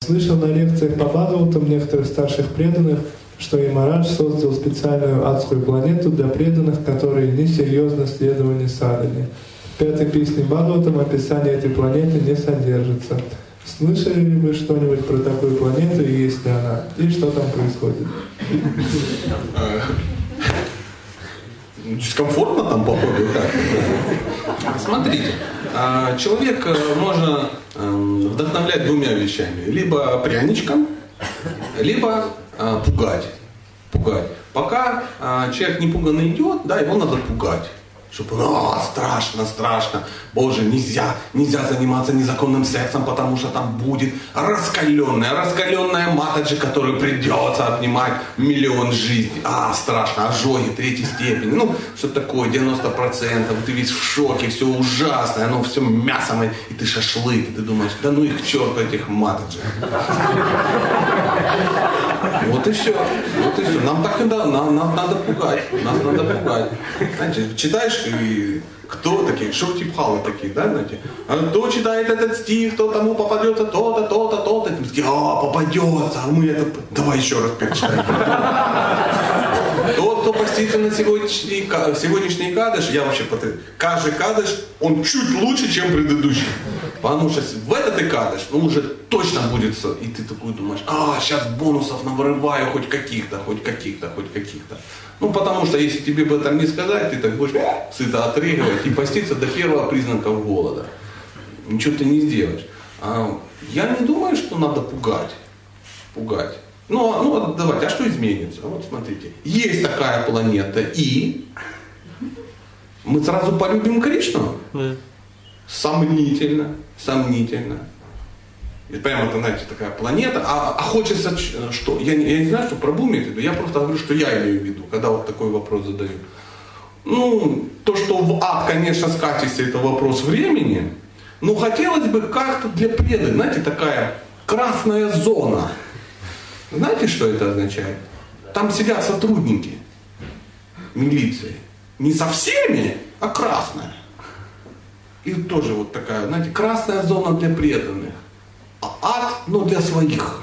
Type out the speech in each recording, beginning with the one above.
Слышал на лекциях по Бхагаватам некоторых старших преданных, что Ямарадж создал специальную адскую планету для преданных, которые несерьезно следовали садхане. В 5-й песне Бхагаватам описание этой планеты не содержится. Слышали ли вы что-нибудь про такую планету, и есть ли она? И что там происходит? Дискомфортно там, походу, как? Смотрите, человека можно вдохновлять двумя вещами. Либо пряничком, либо пугать. Пока человек не пуганно идет, да, его надо пугать. Чтобы, страшно, страшно, Боже, нельзя заниматься незаконным сексом, потому что там будет раскаленная матаджи, которую придется обнимать миллион жизней. Страшно, ожоги 3-й степени. Ну, что такое, 90%, ты весь в шоке, все ужасно, оно все мясом, и ты шашлык, и ты думаешь, да ну их к черту, этих матаджи. Вот и все. Нам так и надо, нас надо пугать. Знаете, читаешь, и кто такие, шоу-типхалы такие, да, знаете? Кто читает этот стих, кто тому попадется то-то. И такие, попадется, а мы это... Давай еще раз перечитаем. Тот, кто постится на сегодняшний кадыш, я вообще каждый кадыш, он чуть лучше, чем предыдущий. Потому что в этот кадыш, уже точно будет, и ты такой думаешь, сейчас бонусов навырываю хоть каких-то. Ну, потому что если тебе об этом не сказать, ты так будешь сыто отрыгивать и поститься до первого признака голода. Ничего ты не сделаешь. Я не думаю, что надо пугать. Ну, давайте, а что изменится? Вот смотрите, есть такая планета, и мы сразу полюбим Кришну? Сомнительно. И прямо, это, знаете, такая планета, а хочется что? Я не знаю, что про имеет в виду, я просто говорю, что я имею в виду, когда вот такой вопрос задаю. Ну, то, что в ад, конечно, скатится, это вопрос времени, но хотелось бы как-то для преданных, знаете, такая красная зона. Знаете, что это означает? Там сидят сотрудники милиции. Не со всеми, а красная. И тоже вот такая, знаете, красная зона для преданных. А ад, для своих.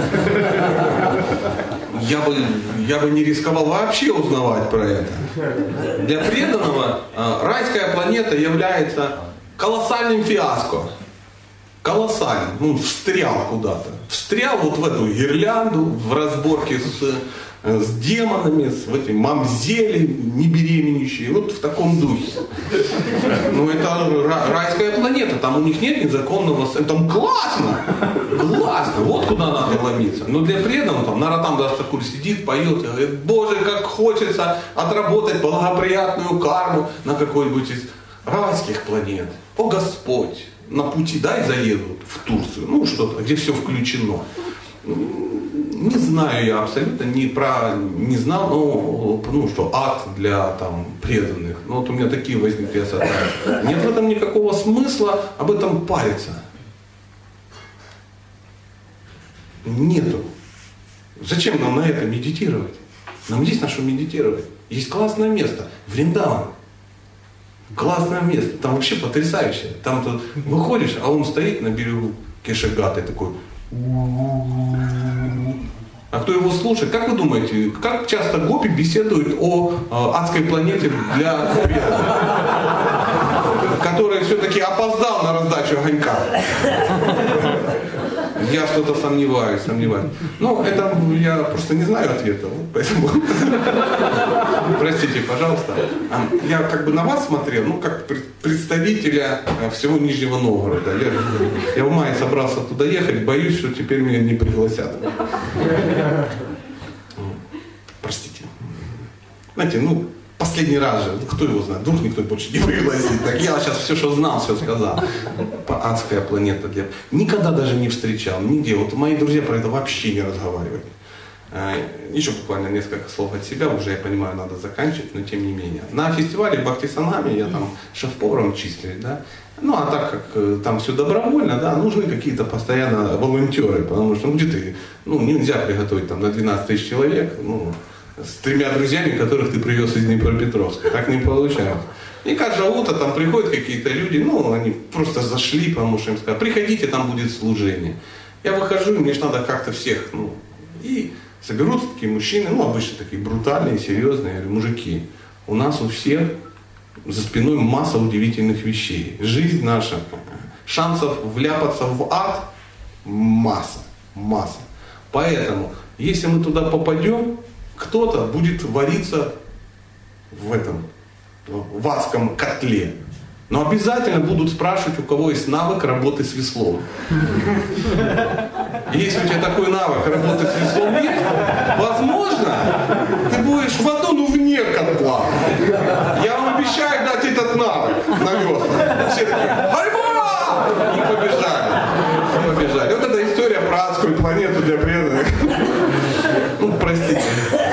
Я бы не рисковал вообще узнавать про это. Для преданного райская планета является колоссальным фиаско. Колоссальным. Встрял куда-то. Встрял вот в эту гирлянду, в разборке с демонами, с этим мамзели не беременеющие, вот в таком духе. Это райская планета, там у них нет незаконного секса. Там классно, вот куда надо ломиться. Но для преданных, там Наратам Дас-Такур сидит, поет, и говорит, Боже, как хочется отработать благоприятную карму на какой-нибудь из райских планет. О Господь, на пути дай заеду в Турцию, что-то, где все включено. Не знаю я абсолютно, не знал, что ад для преданных. Вот у меня такие возникли ассоциации. Нет в этом никакого смысла об этом париться. Нету. Зачем нам на это медитировать? Нам есть на что медитировать. Есть классное место. Вриндаван. Классное место. Там вообще потрясающе. Там ты выходишь, а он стоит на берегу Кешагаты такой. А кто его слушает? Как вы думаете, как часто гопи беседуют о адской планете для преданных, который все-таки опоздал на раздачу огонька? Я что-то сомневаюсь. Это я просто не знаю ответа, поэтому простите, пожалуйста. Я на вас смотрел, как представителя всего Нижнего Новгорода. Я в мае собрался туда ехать, боюсь, что теперь меня не пригласят. Простите. Знаете, последний раз же, кто его знает, вдруг никто больше не пригласит. Так я сейчас все, что знал, все сказал. Адская планета. Никогда даже не встречал, нигде. Вот мои друзья про это вообще не разговаривали. Еще буквально несколько слов от себя, уже я понимаю, надо заканчивать, но тем не менее. На фестивале Бхакти-Сангаме я там шеф-поваром числюсь, да. А так как там все добровольно, да, нужны какие-то постоянно волонтеры, потому что где ты, нельзя приготовить на 12 тысяч человек, с 3 друзьями, которых ты привез из Днепропетровска. Так не получается. И каждое утро там приходят какие-то люди, они просто зашли, потому что им сказали, приходите, там будет служение. Я выхожу, и мне же надо как-то всех, и соберутся такие мужчины, обычно такие брутальные, серьезные. Я говорю, мужики, у нас у всех за спиной масса удивительных вещей. Жизнь наша, шансов вляпаться в ад масса. Поэтому, если мы туда попадем, кто-то будет вариться в адском котле. Но обязательно будут спрашивать, у кого есть навык работы с веслом. И если у тебя такой навык работы с веслом есть, возможно, ты будешь в аду, вне котла. Я вам обещаю дать этот навык на веслах. Все такие, борьба! И побежали. Вот эта история про адскую планету для преданных. Простите.